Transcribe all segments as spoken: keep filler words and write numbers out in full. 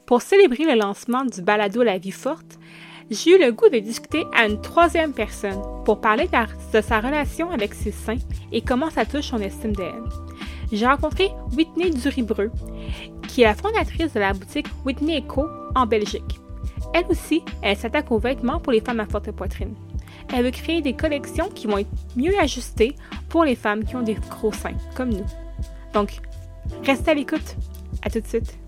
Pour célébrer le lancement du balado La Vie forte, j'ai eu le goût de discuter à une troisième personne pour parler de sa relation avec ses seins et comment ça touche son estime d'elle. J'ai rencontré Whitney Duribreux, qui est la fondatrice de la boutique Whitney Eco en Belgique. Elle aussi, elle s'attaque aux vêtements pour les femmes à forte poitrine. Elle veut créer des collections qui vont être mieux ajustées pour les femmes qui ont des gros seins, comme nous. Donc, restez à l'écoute. À tout de suite.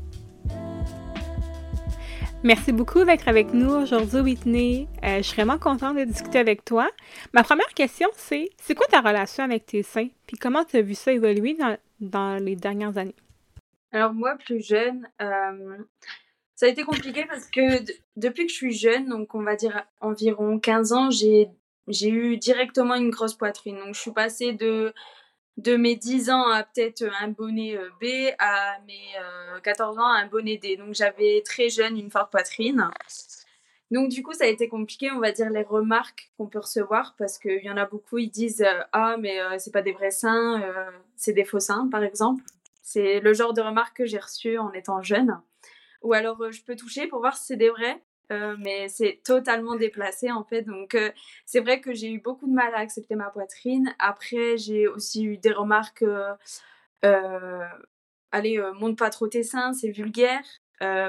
Merci beaucoup d'être avec nous aujourd'hui, Whitney. Euh, je suis vraiment contente de discuter avec toi. Ma première question, c'est c'est quoi ta relation avec tes seins? Puis comment tu as vu ça évoluer dans, dans les dernières années? Alors moi, plus jeune, euh, ça a été compliqué parce que d- depuis que je suis jeune, donc on va dire environ quinze ans, j'ai, j'ai eu directement une grosse poitrine. Donc je suis passée de, de mes dix ans à peut-être un bonnet euh, B à mes euh, quatorze ans à un bonnet D. Donc j'avais très jeune une forte poitrine. Donc du coup, ça a été compliqué, on va dire, les remarques qu'on peut recevoir parce qu'il y en a beaucoup, ils disent euh, ah mais euh, c'est pas des vrais seins, euh, c'est des faux seins par exemple. C'est le genre de remarques que j'ai reçues en étant jeune. Ou alors euh, je peux toucher pour voir si c'est des vrais, euh, mais c'est totalement déplacé en fait. Donc euh, c'est vrai que j'ai eu beaucoup de mal à accepter ma poitrine. Après, j'ai aussi eu des remarques, euh, euh, allez, euh, montre pas trop tes seins, c'est vulgaire. Euh,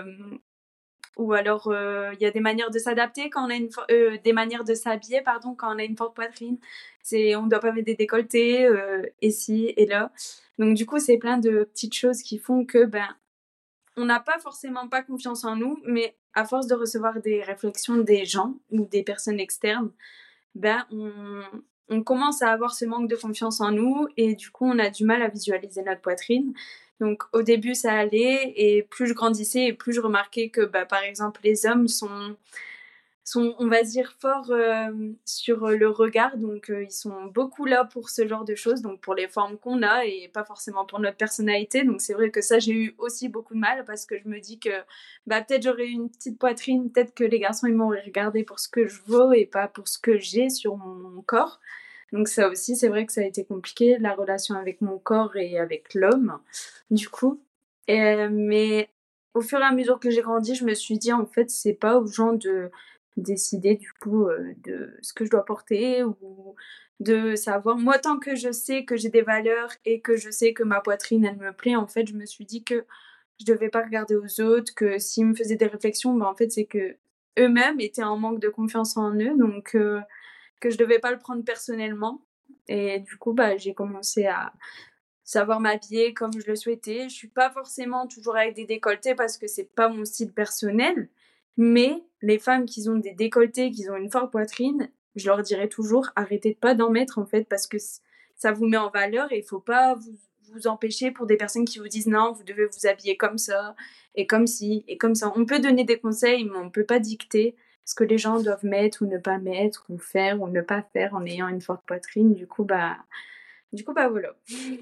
ou alors, euh, il y a des manières de s'adapter quand on a une, fo- euh, des manières de s'habiller, pardon, quand on a une forte poitrine. C'est, on ne doit pas mettre des décolletés, euh, ici et là. Donc, du coup, c'est plein de petites choses qui font que, ben, on n'a pas forcément pas confiance en nous, mais à force de recevoir des réflexions des gens ou des personnes externes, ben, on, on commence à avoir ce manque de confiance en nous et du coup, on a du mal à visualiser notre poitrine. Donc, au début, ça allait et plus je grandissais et plus je remarquais que, bah, par exemple, les hommes sont sont, on va dire, forts euh, sur le regard. Donc, euh, ils sont beaucoup là pour ce genre de choses, donc pour les formes qu'on a et pas forcément pour notre personnalité. Donc, c'est vrai que ça, j'ai eu aussi beaucoup de mal parce que je me dis que bah, peut-être j'aurais eu une petite poitrine, peut-être que les garçons, ils m'auraient regardé pour ce que je vaux et pas pour ce que j'ai sur mon corps. Donc, ça aussi, c'est vrai que ça a été compliqué, la relation avec mon corps et avec l'homme, du coup. Et, mais au fur et à mesure que j'ai grandi, je me suis dit, en fait, c'est pas aux gens de décider du coup euh, de ce que je dois porter ou de savoir. Moi, tant que je sais que j'ai des valeurs et que je sais que ma poitrine, elle me plaît, en fait, je me suis dit que je devais pas regarder aux autres, que s'ils me faisaient des réflexions, bah, en fait, c'est que eux-mêmes étaient en manque de confiance en eux, donc euh, que je devais pas le prendre personnellement. Et du coup, bah, j'ai commencé à savoir m'habiller comme je le souhaitais. Je suis pas forcément toujours avec des décolletés parce que c'est pas mon style personnel, mais les femmes qui ont des décolletés, qui ont une forte poitrine, je leur dirais toujours arrêtez de pas d'en mettre en fait parce que ça vous met en valeur et il faut pas vous vous empêcher pour des personnes qui vous disent non, vous devez vous habiller comme ça et comme ci et comme ça. On peut donner des conseils, mais on peut pas dicter ce que les gens doivent mettre ou ne pas mettre ou faire ou ne pas faire en ayant une forte poitrine. Du coup, bah, du coup, bah voilà.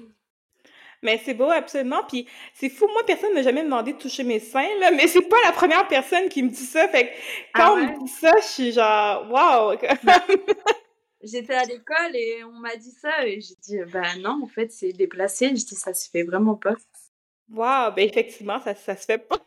Mais c'est beau, absolument. Puis c'est fou, moi, personne ne m'a jamais demandé de toucher mes seins, là, mais c'est pas la première personne qui me dit ça. Fait que Ah quand on me ouais? dit ça, je suis genre, waouh! Bah, j'étais à l'école et on m'a dit ça et j'ai dit bah non en fait c'est déplacé. Je dis ça se fait vraiment pas. Waouh! Ben effectivement, ça, ça se fait pas.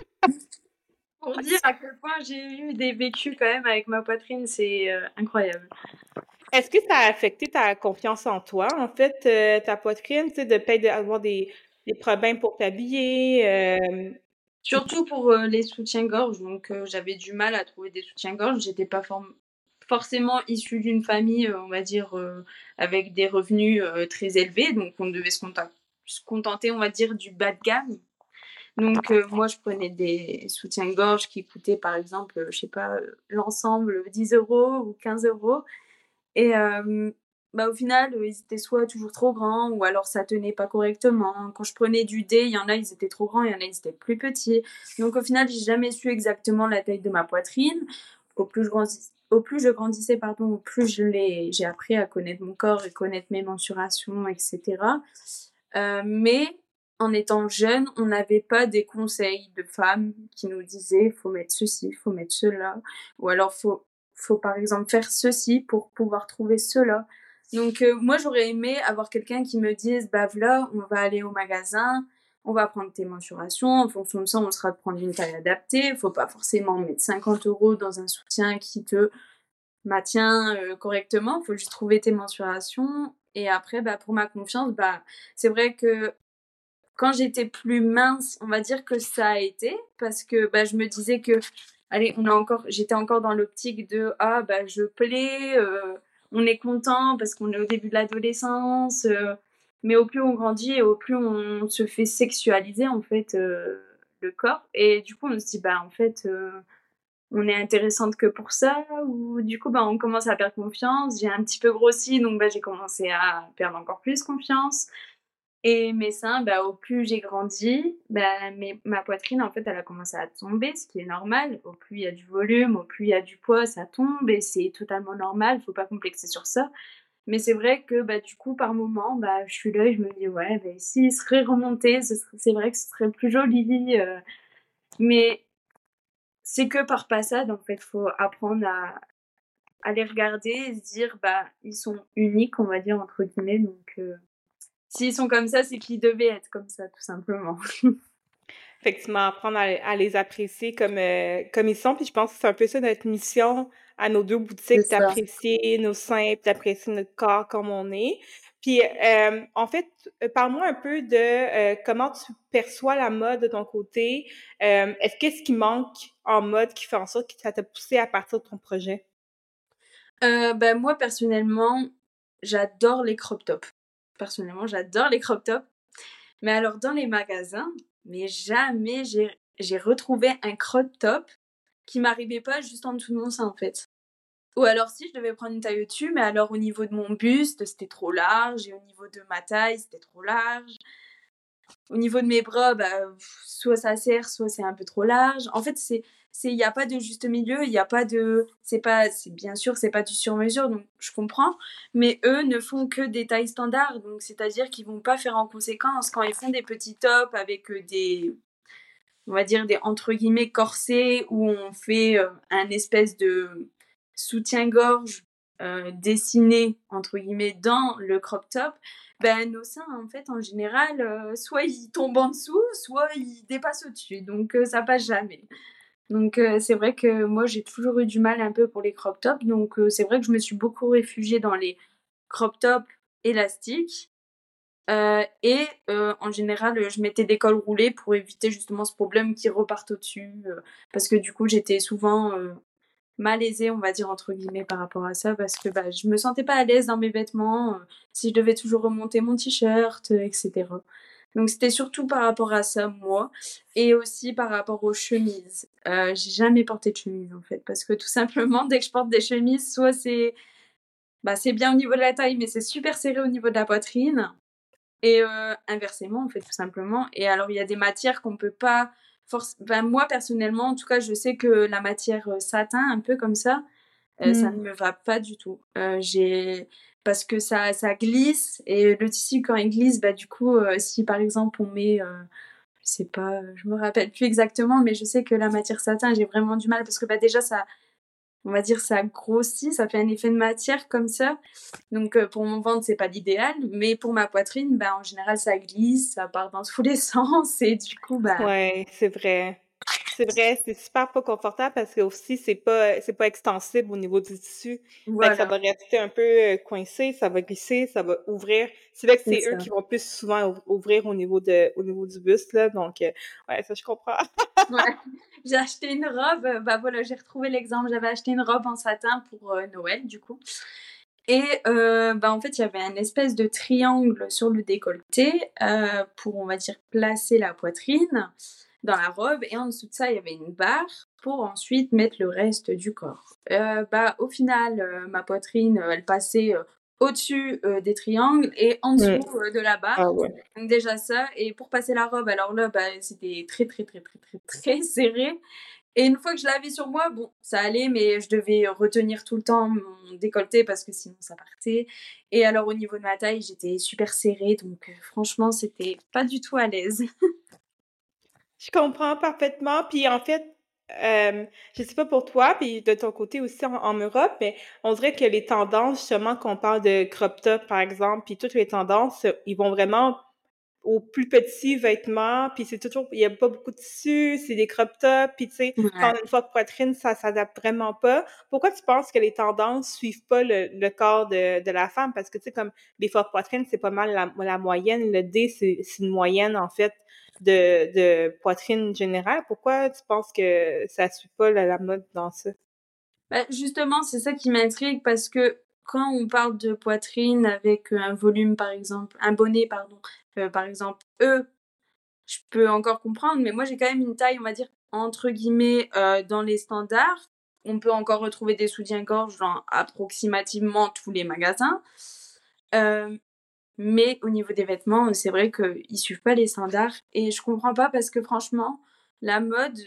Pour dire à quel point j'ai eu des vécus quand même avec ma poitrine, c'est euh, incroyable. Est-ce que ça a affecté ta confiance en toi, en fait, euh, ta poitrine, tu sais, de peut-être avoir des, des problèmes pour t'habiller? euh, Surtout pour euh, les soutiens-gorge, donc euh, j'avais du mal à trouver des soutiens-gorge. J'étais pas form- forcément issue d'une famille, euh, on va dire, euh, avec des revenus euh, très élevés, donc on devait se, conta- se contenter, on va dire, du bas de gamme. Donc euh, moi je prenais des soutiens-gorge qui coûtaient par exemple, euh, je sais pas, euh, l'ensemble dix euros ou quinze euros. Et euh, bah, au final, euh, ils étaient soit toujours trop grands ou alors ça tenait pas correctement. Quand je prenais du D, il y en a, ils étaient trop grands, il y en a, ils étaient plus petits. Donc au final, j'ai jamais su exactement la taille de ma poitrine. Au plus je grandissais, au plus je grandissais, pardon, au plus je l'ai, j'ai appris à connaître mon corps et connaître mes mensurations, et cetera. Euh, mais en étant jeune, on n'avait pas des conseils de femmes qui nous disaient faut mettre ceci, faut mettre cela, ou alors faut faut par exemple faire ceci pour pouvoir trouver cela. Donc euh, moi j'aurais aimé avoir quelqu'un qui me dise bah voilà, on va aller au magasin, on va prendre tes mensurations, en fonction de ça, on sera de prendre une taille adaptée. Il faut pas forcément mettre cinquante euros dans un soutien qui te maintient euh, correctement. Il faut juste trouver tes mensurations. Et après, bah, pour ma confiance, bah, c'est vrai que quand j'étais plus mince, on va dire que ça a été, parce que bah, je me disais que, allez, on a encore, j'étais encore dans l'optique de, ah, bah, je plais, euh, on est content parce qu'on est au début de l'adolescence, euh, mais au plus on grandit et au plus on se fait sexualiser, en fait, euh, le corps. Et du coup, on se dit, bah, en fait, euh, on est intéressante que pour ça, ou du coup, bah, on commence à perdre confiance. J'ai un petit peu grossi, donc bah, j'ai commencé à perdre encore plus confiance. Et mes seins, bah, au plus j'ai grandi, bah, mes, ma poitrine, en fait, elle a commencé à tomber, ce qui est normal. Au plus il y a du volume, au plus il y a du poids, ça tombe, et c'est totalement normal, faut pas complexer sur ça. Mais c'est vrai que, bah, du coup, par moment, bah, je suis là et je me dis, ouais, bah, s'il serait remonté, ce serait- c'est vrai que ce serait plus joli. euh, mais c'est que par passade, en fait, faut apprendre à, à les regarder et se dire, bah, ils sont uniques, on va dire, entre guillemets, donc... euh, s'ils sont comme ça, c'est qu'ils devaient être comme ça, tout simplement. Effectivement, apprendre à, à les apprécier comme, euh, comme ils sont. Puis je pense que c'est un peu ça notre mission à nos deux C'est boutiques, ça. d'apprécier nos seins, puis d'apprécier notre corps comme on est. Puis, euh, en fait, euh, parle-moi un peu de euh, comment tu perçois la mode de ton côté. Euh, est-ce qu'est-ce qui manque en mode qui fait en sorte que ça t'a poussé à partir de ton projet? Euh, bah, moi, personnellement, j'adore les crop tops. Personnellement, j'adore les crop tops. Mais alors, dans les magasins, mais jamais j'ai, j'ai retrouvé un crop top qui m'arrivait pas juste en dessous de mon sein, en fait. Ou alors, si, je devais prendre une taille au-dessus, mais alors, au niveau de mon buste, c'était trop large, et au niveau de ma taille, c'était trop large. Au niveau de mes bras, bah, soit ça serre, soit c'est un peu trop large. En fait, c'est, c'est, il n'y a pas de juste milieu, il n'y a pas de, c'est pas, c'est bien sûr, c'est pas du sur-mesure, donc je comprends. Mais eux ne font que des tailles standards, donc c'est-à-dire qu'ils vont pas faire en conséquence quand ils font des petits tops avec euh, des, on va dire des entre guillemets corsets où on fait euh, un espèce de soutien-gorge euh, dessiné entre guillemets dans le crop top. Ben, nos seins, en fait, en général, euh, soit ils tombent en dessous, soit ils dépassent au-dessus. Donc, euh, ça passe jamais. Donc, euh, c'est vrai que moi, j'ai toujours eu du mal un peu pour les crop tops. Donc, euh, c'est vrai que je me suis beaucoup réfugiée dans les crop tops élastiques. Euh, et euh, en général, je mettais des cols roulés pour éviter justement ce problème qui repartent au-dessus. euh, parce que du coup, j'étais souvent euh, malaisée, on va dire, entre guillemets, par rapport à ça. Parce que bah, je me sentais pas à l'aise dans mes vêtements. euh, si je devais toujours remonter mon t-shirt, euh, et cetera. Donc c'était surtout par rapport à ça, moi. Et aussi par rapport aux chemises. Euh, j'ai jamais porté de chemise, en fait. Parce que tout simplement, dès que je porte des chemises, soit c'est bah, c'est bien au niveau de la taille, mais c'est super serré au niveau de la poitrine. Et euh, inversement, en fait, tout simplement. Et alors, il y a des matières qu'on peut pas force. Ben, moi, personnellement, en tout cas, je sais que la matière euh, satin, un peu comme ça, euh, ça ne Hmm. me va pas du tout. Euh, j'ai parce que ça, ça glisse et le tissu quand il glisse, bah du coup, euh, si par exemple on met, euh, je sais pas, euh, je me rappelle plus exactement, mais je sais que la matière satin, j'ai vraiment du mal parce que bah déjà ça, on va dire ça grossit, ça fait un effet de matière comme ça. Donc euh, pour mon ventre, c'est pas l'idéal, mais pour ma poitrine, bah en général ça glisse, ça part dans tous les sens et du coup bah Ouais, c'est vrai. C'est vrai, c'est super pas confortable parce que aussi c'est pas c'est pas extensible au niveau du tissu. Fait que ça voilà, va rester un peu euh, coincé, ça va glisser, ça va ouvrir. C'est vrai que c'est c'est eux ça. qui vont plus souvent ou- ouvrir au niveau de au niveau du buste là, donc euh, ouais, ça je comprends. Ouais. J'ai acheté une robe, euh, bah voilà, j'ai retrouvé l'exemple, j'avais acheté une robe en satin pour euh, Noël du coup. Et euh, bah en fait, il y avait un espèce de triangle sur le décolleté euh, pour, on va dire, placer la poitrine dans la robe. Et en dessous de ça, il y avait une barre pour ensuite mettre le reste du corps. Euh, bah au final, euh, ma poitrine, euh, elle passait euh, au-dessus euh, des triangles et en Hmm. dessous euh, de la barre. Ah ouais. Donc déjà ça. Et pour passer la robe, alors là, bah, c'était très très très très très très serré. Et une fois que je l'avais sur moi, bon, ça allait, mais je devais retenir tout le temps mon décolleté parce que sinon ça partait. Et alors au niveau de ma taille, j'étais super serrée, donc euh, franchement, c'était pas du tout à l'aise. Je comprends parfaitement. Puis en fait, euh, je sais pas pour toi, puis de ton côté aussi en, en Europe, mais on dirait que les tendances, justement, qu'on parle de crop top, par exemple, puis toutes les tendances, ils vont vraiment aux plus petits vêtements, puis c'est toujours, il y a pas beaucoup de tissu, c'est des crop tops, puis tu sais, Ouais. quand on a une forte poitrine, ça s'adapte vraiment pas. Pourquoi tu penses que les tendances suivent pas le, le corps de, de la femme? Parce que tu sais, comme les fortes poitrines, c'est pas mal la, la moyenne. Le D, c'est, c'est une moyenne, en fait, de, de poitrine générale. Pourquoi tu penses que ça suit pas la, la mode dans ça? Ben, justement, c'est ça qui m'intrigue parce que quand on parle de poitrine avec un volume, par exemple, un bonnet, pardon, euh, par exemple, E, je peux encore comprendre, mais moi j'ai quand même une taille, on va dire, entre guillemets, euh, dans les standards. On peut encore retrouver des soutiens-gorge dans approximativement tous les magasins. Euh, mais au niveau des vêtements, c'est vrai qu'ils suivent pas les standards. Et je comprends pas parce que franchement, la mode,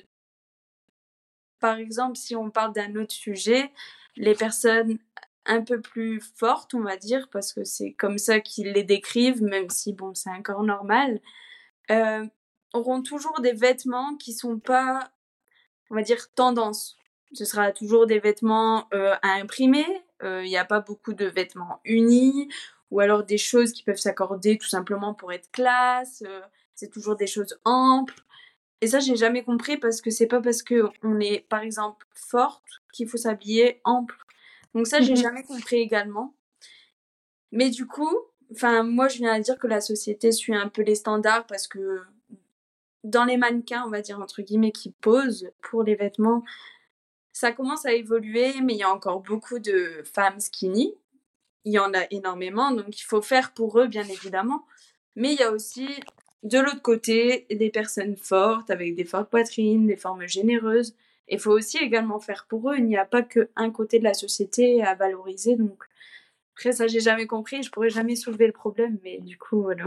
par exemple, si on parle d'un autre sujet, les personnes un peu plus fortes, on va dire, parce que c'est comme ça qu'ils les décrivent, même si, bon, c'est encore normal, euh, auront toujours des vêtements qui sont pas, on va dire, tendance. Ce sera toujours des vêtements euh, à imprimer. Il euh, n'y a pas beaucoup de vêtements unis, ou alors des choses qui peuvent s'accorder tout simplement pour être classe. Euh, c'est toujours des choses amples. Et ça, j'ai jamais compris parce que c'est pas parce que on est, par exemple, forte qu'il faut s'habiller ample. Donc ça, j'ai Mhm. jamais compris également. Mais du coup, enfin, moi, je viens à dire que la société suit un peu les standards parce que dans les mannequins, on va dire entre guillemets, qui posent pour les vêtements, ça commence à évoluer, mais il y a encore beaucoup de femmes skinny. Il y en a énormément, donc il faut faire pour eux, bien évidemment. Mais il y a aussi, de l'autre côté, des personnes fortes, avec des fortes poitrines, des formes généreuses. Il faut aussi également faire pour eux. Il n'y a pas qu'un côté de la société à valoriser. Donc, après, ça, j'ai jamais compris. Je pourrais jamais soulever le problème, mais du coup, voilà.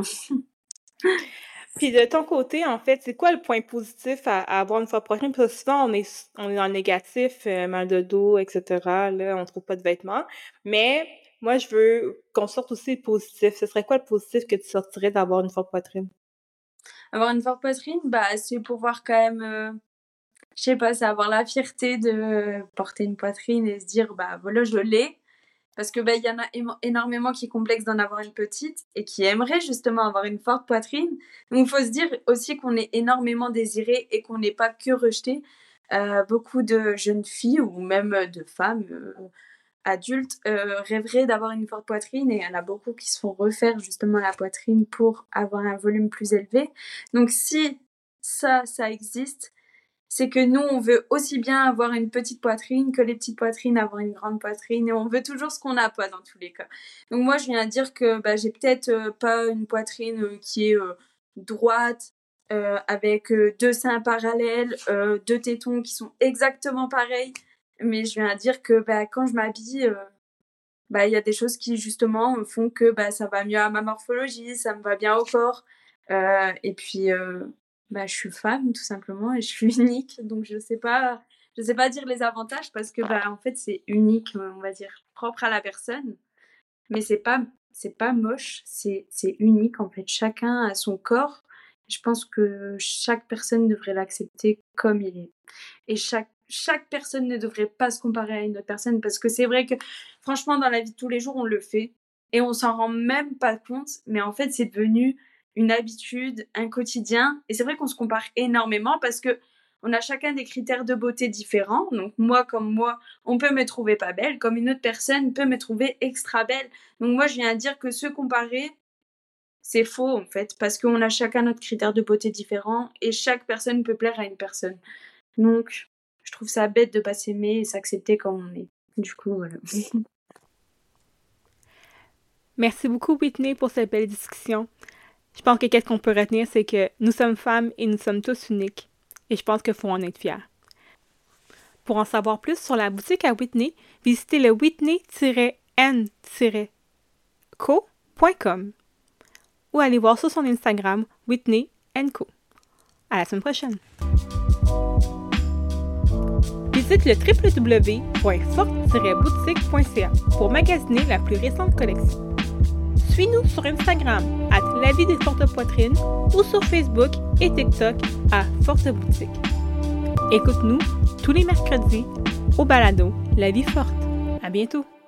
Puis de ton côté, en fait, c'est quoi le point positif à, à avoir une forte poitrine? Parce que souvent, on est, on est dans le négatif, euh, mal de dos, et cetera. Là, on trouve pas de vêtements. Mais moi, je veux qu'on sorte aussi le positif. Ce serait quoi le positif que tu sortirais d'avoir une forte poitrine? Avoir une forte poitrine, bah, c'est pouvoir quand même, euh, je sais pas, c'est avoir la fierté de porter une poitrine et se dire, bah voilà, je l'ai. Parce que bah, y en a émo- énormément qui complexent d'en avoir une petite et qui aimeraient justement avoir une forte poitrine. Donc il faut se dire aussi qu'on est énormément désiré et qu'on n'est pas que rejeté. Euh, beaucoup de jeunes filles ou même de femmes euh, adultes euh, rêveraient d'avoir une forte poitrine et il y en a beaucoup qui se font refaire justement la poitrine pour avoir un volume plus élevé. Donc si ça, ça existe, c'est que nous, on veut aussi bien avoir une petite poitrine que les petites poitrines avoir une grande poitrine et on veut toujours ce qu'on n'a pas dans tous les cas. Donc moi, je viens à dire que bah, j'ai peut-être euh, pas une poitrine euh, qui est euh, droite, euh, avec euh, deux seins parallèles, euh, deux tétons qui sont exactement pareils, mais je viens à dire que bah, quand je m'habille, euh, bah, il y a des choses qui justement font que bah, ça va mieux à ma morphologie, ça me va bien au corps. Euh, et puis, euh, bah, je suis femme tout simplement et je suis unique, donc je sais pas, je sais pas dire les avantages parce que bah, en fait c'est unique, on va dire, propre à la personne. Mais c'est pas, c'est pas moche, c'est, c'est unique en fait. Chacun a son corps. Je pense que chaque personne devrait l'accepter comme il est. Et chaque, chaque personne ne devrait pas se comparer à une autre personne parce que c'est vrai que franchement dans la vie de tous les jours on le fait et on s'en rend même pas compte, mais en fait c'est devenu une habitude, un quotidien. Et c'est vrai qu'on se compare énormément parce que on a chacun des critères de beauté différents. Donc moi comme moi, on peut me trouver pas belle, comme une autre personne peut me trouver extra belle. Donc moi je viens à dire que se comparer, c'est faux en fait, parce qu'on a chacun notre critère de beauté différent et chaque personne peut plaire à une personne. Donc je trouve ça bête de pas s'aimer et s'accepter comme on est. Du coup voilà. Merci beaucoup, Whitney, pour cette belle discussion. Je pense que qu'est-ce qu'on peut retenir, c'est que nous sommes femmes et nous sommes tous uniques. Et je pense qu'il faut en être fiers. Pour en savoir plus sur la boutique à Whitney, visitez le whitney tiret n tiret co point com ou allez voir sur son Instagram Whitney and Co. À la semaine prochaine. Visite le w w w point forte tiret boutique point c a pour magasiner la plus récente collection. Suis-nous sur Instagram à La Vie des Fortes Poitrines ou sur Facebook et TikTok à Forte Boutique. Écoute-nous tous les mercredis au balado La Vie Forte. À bientôt!